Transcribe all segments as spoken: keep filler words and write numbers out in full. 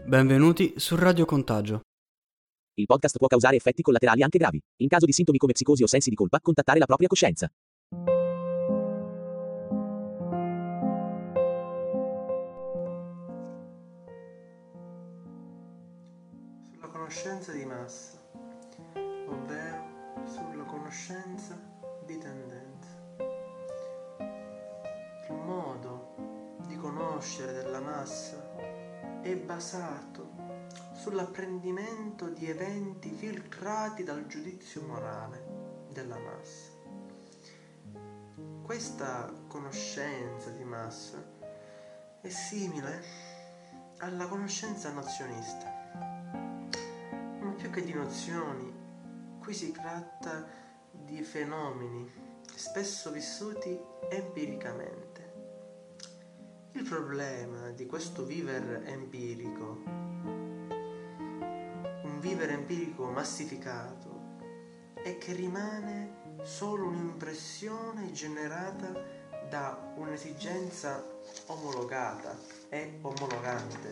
Benvenuti su Radio Contagio. Il podcast può causare effetti collaterali anche gravi. In caso di sintomi come psicosi o sensi di colpa, contattare la propria coscienza. Sulla conoscenza di massa, ovvero sulla conoscenza di tendenza. Il modo di conoscere della massa è basato sull'apprendimento di eventi filtrati dal giudizio morale della massa. Questa conoscenza di massa è simile alla conoscenza nozionista, ma più che di nozioni, qui si tratta di fenomeni spesso vissuti empiricamente. Il problema di questo vivere empirico, un vivere empirico massificato, è che rimane solo un'impressione generata da un'esigenza omologata e omologante.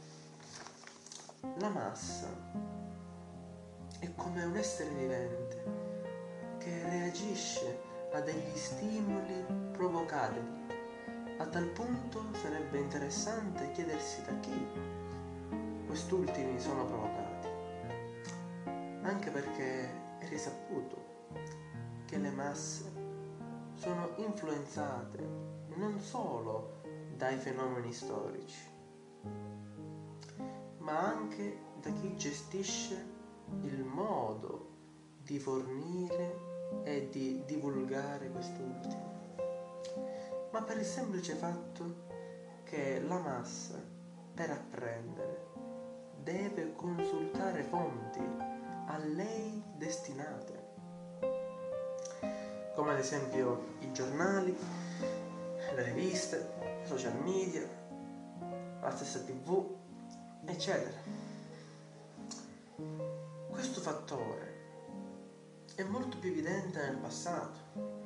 La massa è come un essere vivente che reagisce a degli stimoli provocati. A tal punto sarebbe interessante chiedersi da chi quest'ultimi sono provocati, anche perché è risaputo che le masse sono influenzate non solo dai fenomeni storici, ma anche da chi gestisce il modo di fornire e di divulgare quest'ultimo. Ma per il semplice fatto che la massa, per apprendere, deve consultare fonti a lei destinate, come ad esempio i giornali, le riviste, i social media, la stessa tivù, eccetera. Questo fattore è molto più evidente nel passato.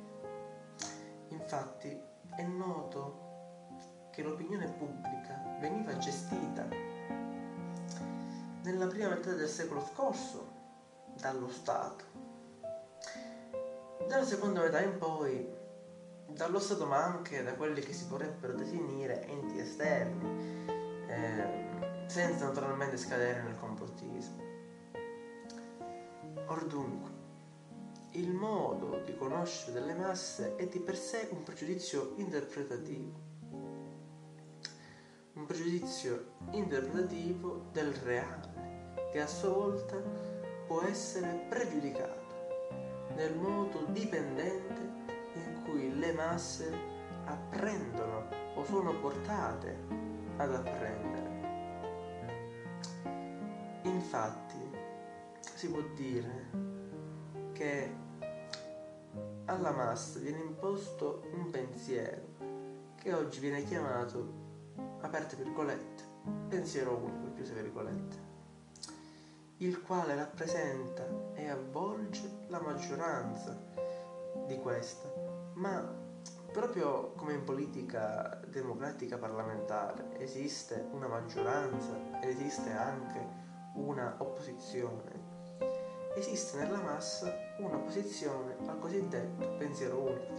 Infatti è noto che l'opinione pubblica veniva gestita nella prima metà del secolo scorso dallo Stato, dalla seconda metà in poi dallo Stato, ma anche da quelli che si vorrebbero definire enti esterni, eh, senza naturalmente scadere nel complottismo. Or dunque, il modo di conoscere delle masse è di per sé un pregiudizio interpretativo, un pregiudizio interpretativo del reale, che a sua volta può essere pregiudicato nel modo dipendente in cui le masse apprendono o sono portate ad apprendere. Infatti, si può dire che alla massa viene imposto un pensiero che oggi viene chiamato, aperte virgolette, pensiero unico, chiuse virgolette, il quale rappresenta e avvolge la maggioranza di questa, ma proprio come in politica democratica parlamentare esiste una maggioranza ed esiste anche una opposizione, esiste nella massa una opposizione al cosiddetto pensiero unico.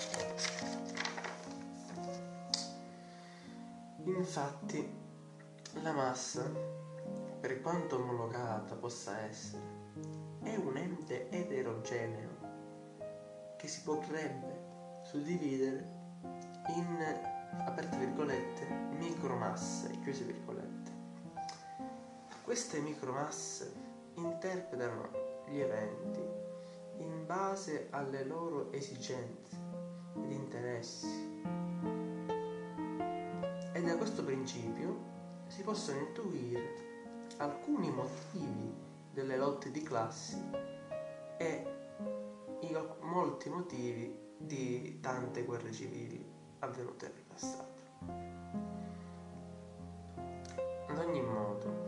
Infatti, la massa, per quanto omologata possa essere, è un ente eterogeneo che si potrebbe suddividere in, aperte virgolette, micromasse, chiuse virgolette. Queste micromasse interpretano gli eventi in base alle loro esigenze ed interessi, e da questo principio si possono intuire alcuni motivi delle lotte di classi e i molti motivi di tante guerre civili avvenute nel passato. Ad ogni modo,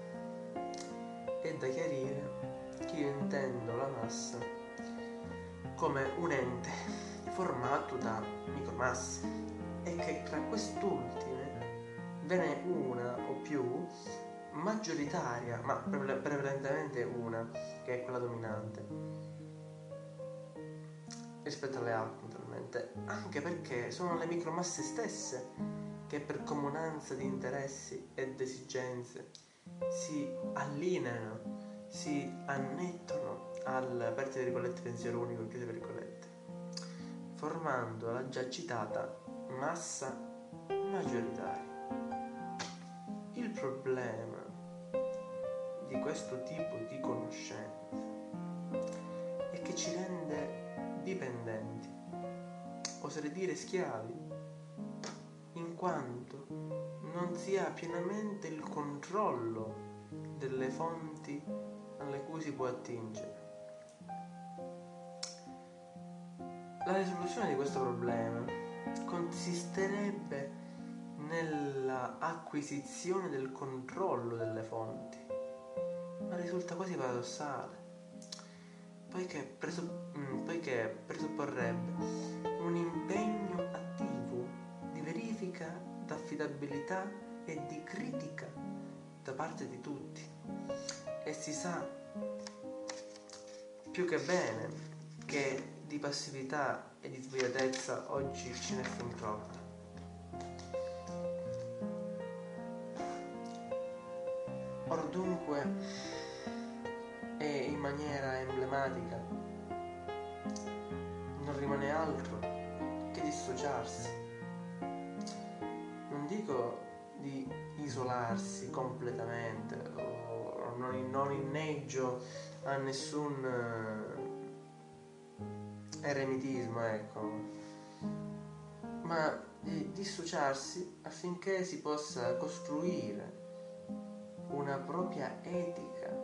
è da chiarire che io intendo la massa come un ente formato da micromasse e che tra quest'ultime ve n'è una o più maggioritaria, ma prevale- prevalentemente una, che è quella dominante, rispetto alle altre naturalmente, anche perché sono le micromasse stesse che per comunanza di interessi ed esigenze si allineano, si annettono al, aperte virgolette, pensiero unico, chiuse virgolette, formando la già citata massa maggioritaria. Il problema di questo tipo di conoscenza è che ci rende dipendenti, oserei dire schiavi, in quanto non si ha pienamente il controllo delle fonti alle cui si può attingere. La risoluzione di questo problema consisterebbe nella acquisizione del controllo delle fonti, ma risulta quasi paradossale, poiché, presupp- poiché presupporrebbe un impegno attivo di verifica d'affidabilità e di critica da parte di tutti, e si sa più che bene che di passività e di svogliatezza oggi ce n'è fin troppa. Or dunque, e in maniera emblematica, non rimane altro che dissociarsi. Non dico di isolarsi completamente o non, non inneggio a nessun eh, eremitismo, ecco, ma di dissociarsi affinché si possa costruire una propria etica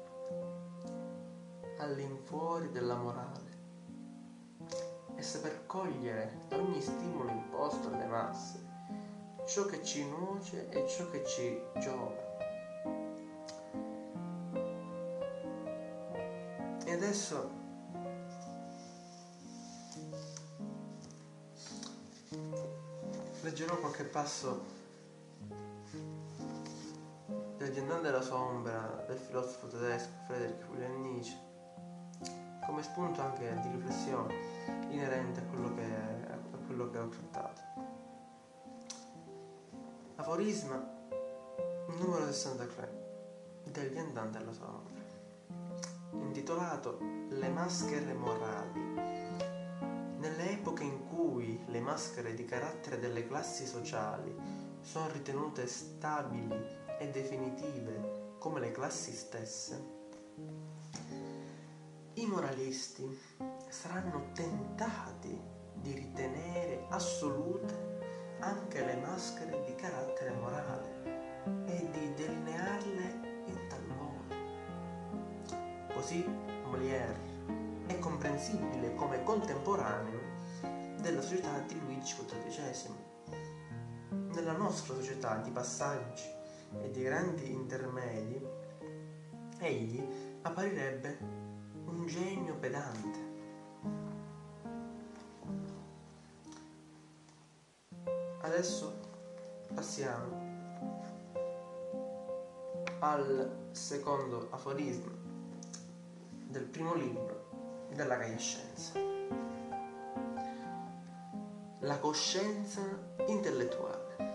all'infuori della morale e saper cogliere da ogni stimolo imposto alle masse ciò che ci nuoce e ciò che ci giova. E adesso leggerò qualche passo del Viandante della Sombra del filosofo tedesco Friedrich Wilhelm Nietzsche, come spunto anche di riflessione inerente a quello che, a quello che ho trattato. Aforisma numero sessantatré del Viandante della Sombra, intitolato Le maschere morali. Nelle epoche in cui le maschere di carattere delle classi sociali sono ritenute stabili e definitive come le classi stesse, i moralisti saranno tentati di ritenere assolute anche le maschere di carattere morale e di delinearle in tal modo. Così Molière è comprensibile come contemporaneo della società di Luigi quattordicesimo. Nella nostra società di passaggi e di grandi intermedi, egli apparirebbe un genio pedante. Adesso passiamo al secondo aforisma del primo libro della Gaia Scienza. La coscienza intellettuale.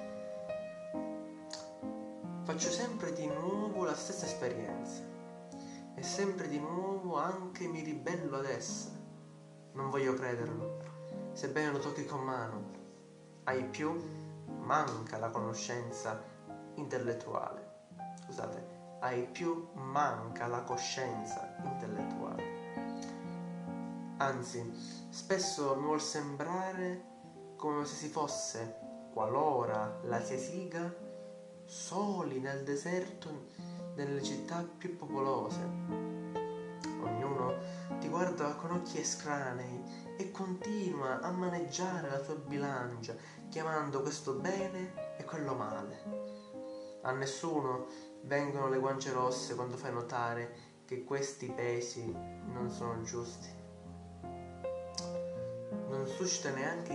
Faccio sempre di nuovo la stessa esperienza e sempre di nuovo anche mi ribello ad essa. Non voglio crederlo, sebbene lo tocchi con mano. Ai più manca la conoscenza intellettuale. Scusate, ai più manca la coscienza intellettuale. Anzi, spesso mi vuol sembrare come se si fosse, qualora la si esiga, soli nel deserto delle città più popolose. Ognuno ti guarda con occhi estranei e continua a maneggiare la sua bilancia, chiamando questo bene e quello male. A nessuno vengono le guance rosse quando fai notare che questi pesi non sono giusti. Non suscita neanche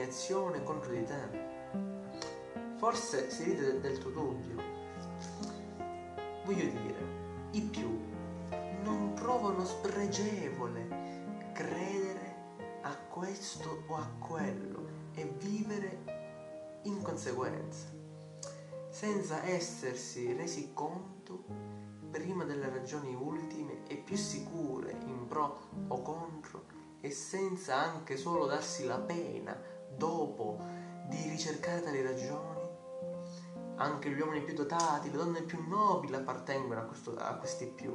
indignazione contro di te. Forse si ride del tuo dubbio, Voglio dire, i più non trovano spregevole credere a questo o a quello e vivere in conseguenza, senza essersi resi conto prima delle ragioni ultime e più sicure in pro o contro, e senza anche solo darsi la pena dopo di ricercare tali ragioni. Anche gli uomini più dotati, le donne più nobili appartengono a, questo, a questi più,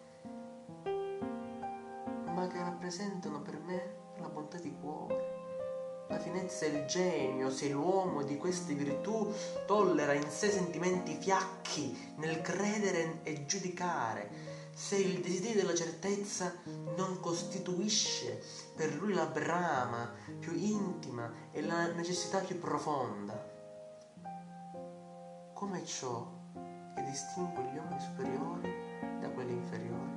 ma che rappresentano per me la bontà di cuore, la finezza e il genio, se l'uomo di queste virtù tollera in sé sentimenti fiacchi nel credere e giudicare, se il desiderio della certezza non costituisce per lui la brama più intima e la necessità più profonda. Come ciò che distingue gli uomini superiori da quelli inferiori.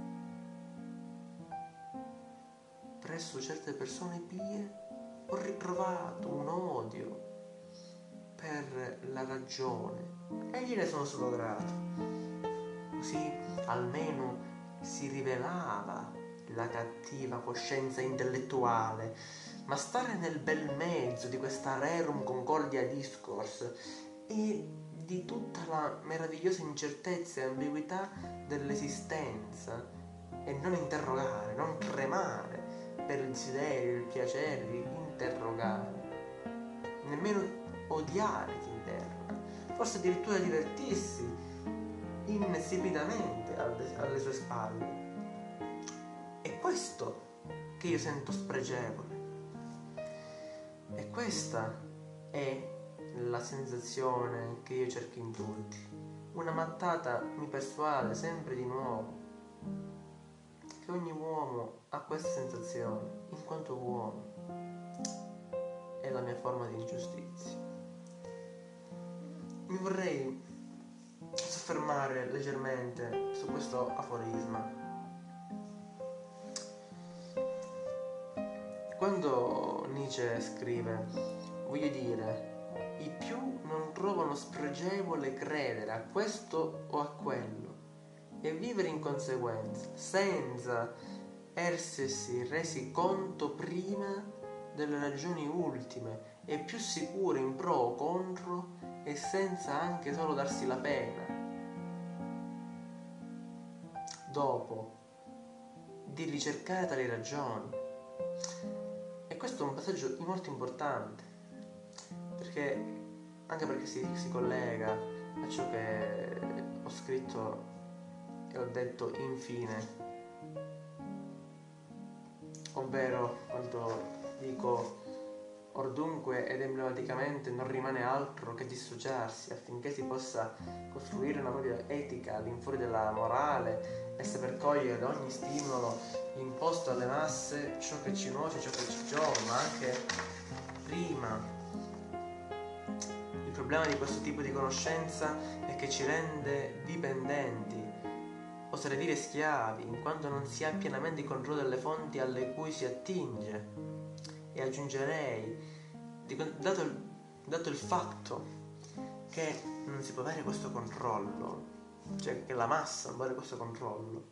Presso certe persone pie ho ritrovato un odio per la ragione e gliene sono solo grato. Così almeno si rivelava la cattiva coscienza intellettuale, ma stare nel bel mezzo di questa rerum concordia discourse e di tutta la meravigliosa incertezza e ambiguità dell'esistenza, e non interrogare, non tremare per il desiderio, il piacere di interrogare, nemmeno odiare chi interroga, forse addirittura divertirsi insipidamente alle, alle sue spalle. È questo che io sento spregevole, e questa è la sensazione che io cerco in tutti. Una mattata mi persuade sempre di nuovo che ogni uomo ha questa sensazione, in quanto uomo. È la mia forma di giustizia. Mi vorrei soffermare leggermente su questo aforisma. Quando Nietzsche scrive, voglio dire, i più non trovano spregevole credere a questo o a quello e vivere in conseguenza, senza essersi resi conto prima delle ragioni ultime e più sicure in pro o contro, e senza anche solo darsi la pena dopo di ricercare tali ragioni. E questo è un passaggio molto importante, perché anche perché si, si collega a ciò che ho scritto e ho detto infine, ovvero quando dico ordunque ed emblematicamente non rimane altro che dissociarsi affinché si possa costruire una propria etica all'infuori della morale e saper cogliere da ogni stimolo imposto alle masse ciò che ci nuoce, ciò che ci giova, ma anche prima. Il problema di questo tipo di conoscenza è che ci rende dipendenti, oserei dire schiavi, in quanto non si ha pienamente il controllo delle fonti alle cui si attinge. E aggiungerei, dato il, dato il fatto che non si può avere questo controllo, cioè che la massa non può avere questo controllo,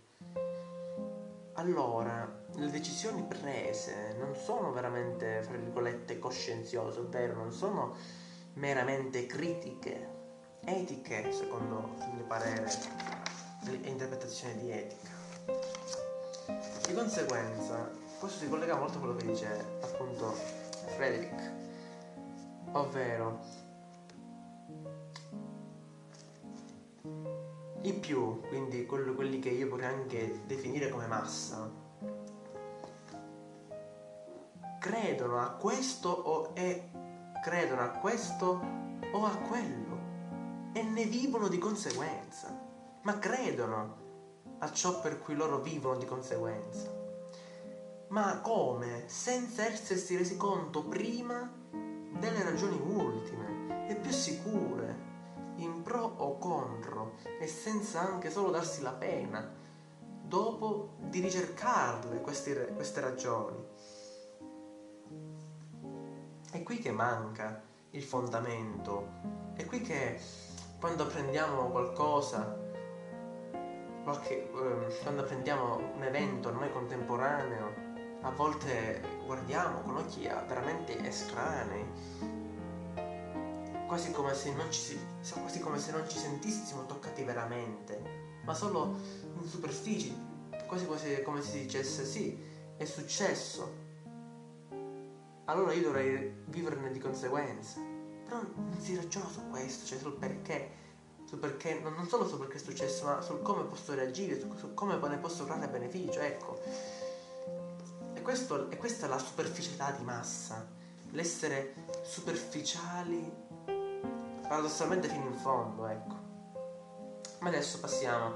allora le decisioni prese non sono veramente, fra virgolette, coscienziose, ovvero non sono meramente critiche, etiche, secondo il mio parere e interpretazione di etica. Di conseguenza, questo si collega molto a quello che dice appunto Frederick, ovvero i più, quindi quelli che io vorrei anche definire come massa, credono a questo o è credono a questo o a quello e ne vivono di conseguenza, ma credono a ciò per cui loro vivono di conseguenza. Ma come? Senza essersi resi conto prima delle ragioni ultime e più sicure, in pro o contro, e senza anche solo darsi la pena dopo di ricercarle queste, queste ragioni. È qui che manca il fondamento, è qui che quando apprendiamo qualcosa qualche, eh, quando prendiamo un evento noi contemporaneo, a volte guardiamo con occhi veramente estranei, quasi come se non ci si, quasi come se non ci sentissimo toccati veramente, ma solo in superficie, quasi come se, come se si dicesse sì, è successo, allora io dovrei viverne di conseguenza. Però non si ragiona su questo, cioè sul perché, sul perché, non, non solo sul perché è successo, ma sul come posso reagire, su, su come ne posso trarre beneficio, ecco. E, questo, e questa è la superficialità di massa, l'essere superficiali paradossalmente fino in fondo, ecco. Ma adesso passiamo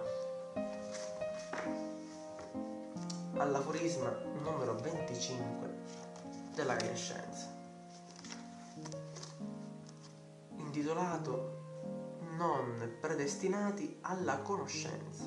all'aforisma numero venticinque della Gaia Scienza, intitolato Non predestinati alla conoscenza.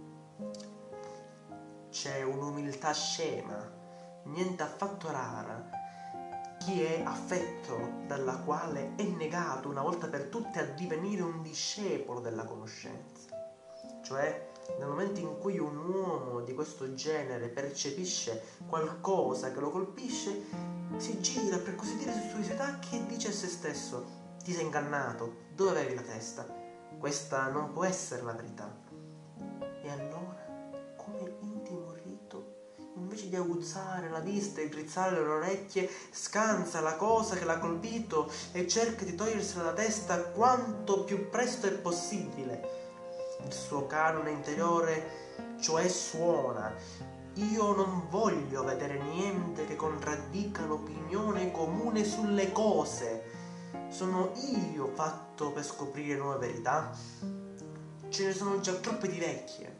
C'è un'umiltà scema, niente affatto rara, chi è affetto dalla quale è negato una volta per tutte a divenire un discepolo della conoscenza. Cioè, nel momento in cui un uomo di questo genere percepisce qualcosa che lo colpisce, si gira per così dire sui suoi tacchi e dice a se stesso: ti sei ingannato, dove avevi la testa? Questa non può essere la verità. E allora, come intimorito, invece di aguzzare la vista e drizzare le orecchie, scansa la cosa che l'ha colpito e cerca di togliersela da testa quanto più presto è possibile. Il suo canone interiore cioè suona: io non voglio vedere niente che contraddica l'opinione comune sulle cose. Sono io fatto per scoprire nuove verità? Ce ne sono già troppe di vecchie.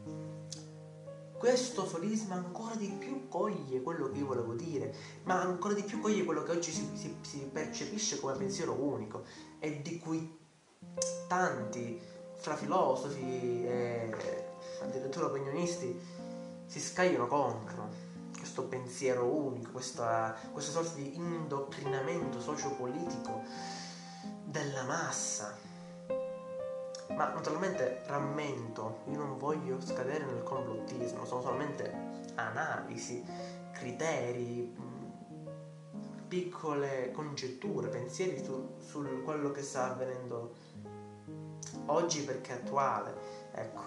Questo aforisma ancora di più coglie quello che io volevo dire, ma ancora di più coglie quello che oggi si, si, si percepisce come pensiero unico e di cui tanti fra filosofi e addirittura opinionisti si scagliano contro questo pensiero unico, questa, questa sorta di indottrinamento sociopolitico della massa. Ma naturalmente rammento, io non voglio scadere nel complottismo, sono solamente analisi, criteri, piccole congetture, pensieri su, su quello che sta avvenendo oggi perché è attuale, ecco.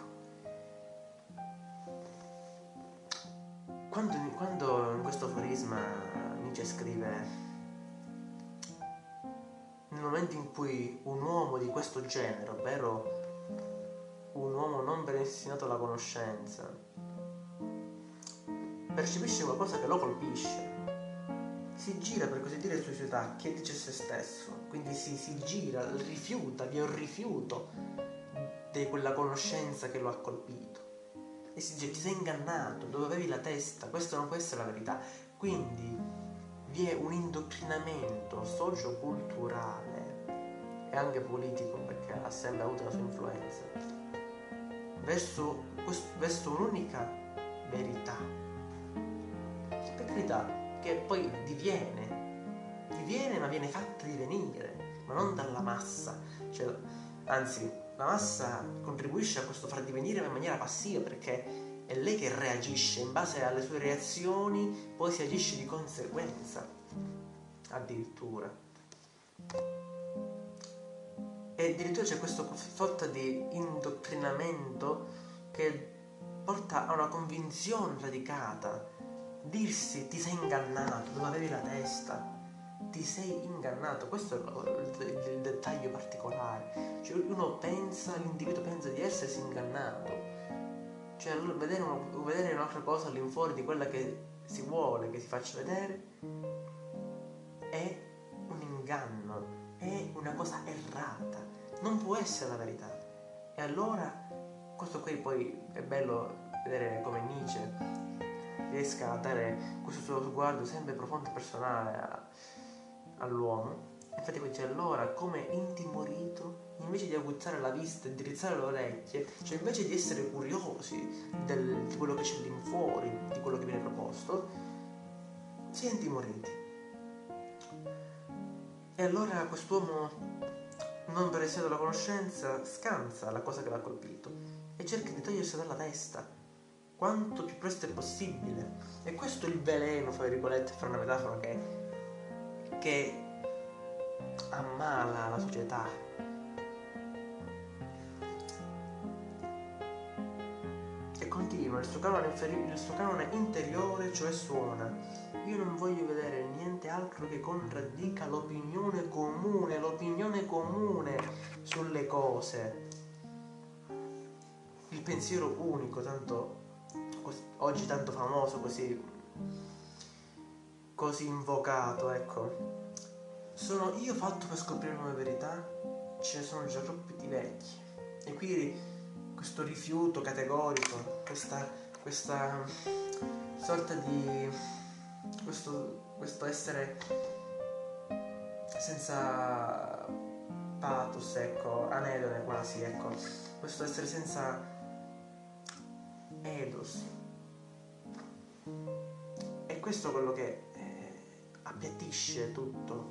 Quando, quando in questo aforisma Nietzsche scrive: nel momento in cui un uomo di questo genere, ovvero un uomo non predestinato alla conoscenza, percepisce qualcosa che lo colpisce, si gira per così dire sui suoi tacchi e dice a se stesso, quindi si, si gira, rifiuta, vi è un rifiuto di quella conoscenza che lo ha colpito e si dice: ti sei ingannato, dove avevi la testa, questa non può essere la verità. Quindi vi è un indottrinamento socioculturale e anche politico, perché ha sempre avuto la sua influenza, verso, verso un'unica verità, per verità che poi diviene, diviene ma viene fatta divenire, ma non dalla massa, cioè, anzi la massa contribuisce a questo far divenire in maniera passiva, perché è lei che reagisce, in base alle sue reazioni poi si agisce di conseguenza addirittura. E addirittura c'è questa sorta di indottrinamento che porta a una convinzione radicata. Dirsi: ti sei ingannato, dove avevi la testa, ti sei ingannato, questo è il, il, il dettaglio particolare. Cioè uno pensa, l'individuo pensa di essersi ingannato, cioè allora vedere, uno, vedere un'altra cosa all'infuori di quella che si vuole che si faccia vedere è un inganno, è una cosa errata, non può essere la verità. E allora questo qui poi è bello vedere come Nietzsche riesca a dare questo suo sguardo sempre profondo e personale a, all'uomo. Infatti qui dice: allora, come intimorito, invece di aguzzare la vista e drizzare le orecchie, cioè invece di essere curiosi del, di quello che c'è all'infuori, di quello che viene proposto, si è intimoriti. E allora quest'uomo, non per essere della conoscenza, scansa la cosa che l'ha colpito e cerca di togliersela dalla testa quanto più presto è possibile. E questo è il veleno, fra virgolette, fra una metafora, che, che ammala la società. E continua, il suo canone, inferi- il suo canone interiore, cioè suona: io non voglio vedere niente altro che contraddica l'opinione comune, l'opinione comune sulle cose. Il pensiero unico, tanto oggi tanto famoso, così così invocato, ecco. Sono io fatto per scoprire nuove verità? Ce ne sono già troppi di vecchi. E quindi questo rifiuto categorico, questa questa sorta di questo questo essere senza pathos, ecco, anedone quasi, ecco, questo essere senza ethos. E questo è quello che eh, appiattisce tutto.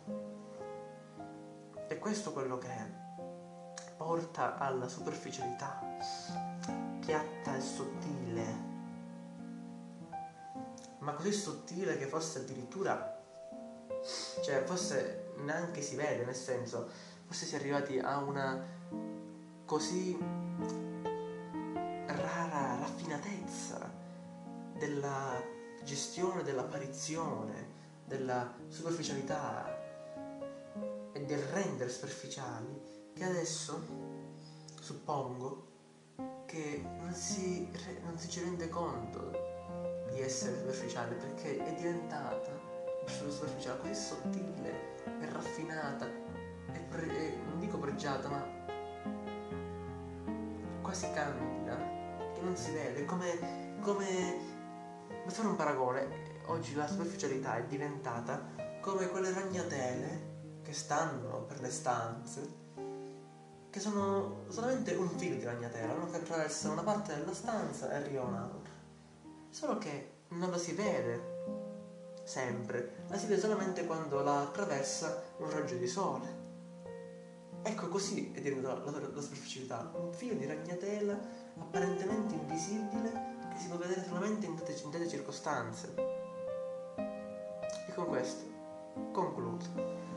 E questo è quello che porta alla superficialità piatta e sottile, ma così sottile che forse addirittura, cioè forse neanche si vede, nel senso, forse si è arrivati a una così rara raffinatezza della gestione, dell'apparizione, della superficialità e del rendere superficiali, che adesso suppongo che non si, non si ci rende conto di essere superficiale, perché è diventata superficiale così sottile e raffinata e, pre- e non dico pregiata, ma quasi candida, che non si vede, come come per fare un paragone, oggi la superficialità è diventata come quelle ragnatele che stanno per le stanze, che sono solamente un filo di ragnatela, uno che attraversa una parte della stanza e arriva un'altra, solo che non la si vede sempre, la si vede solamente quando la attraversa un raggio di sole. Ecco, così è diventata la, la superficialità, un filo di ragnatela apparentemente invisibile che si può vedere solamente in dette, in dette circostanze. E con questo concludo.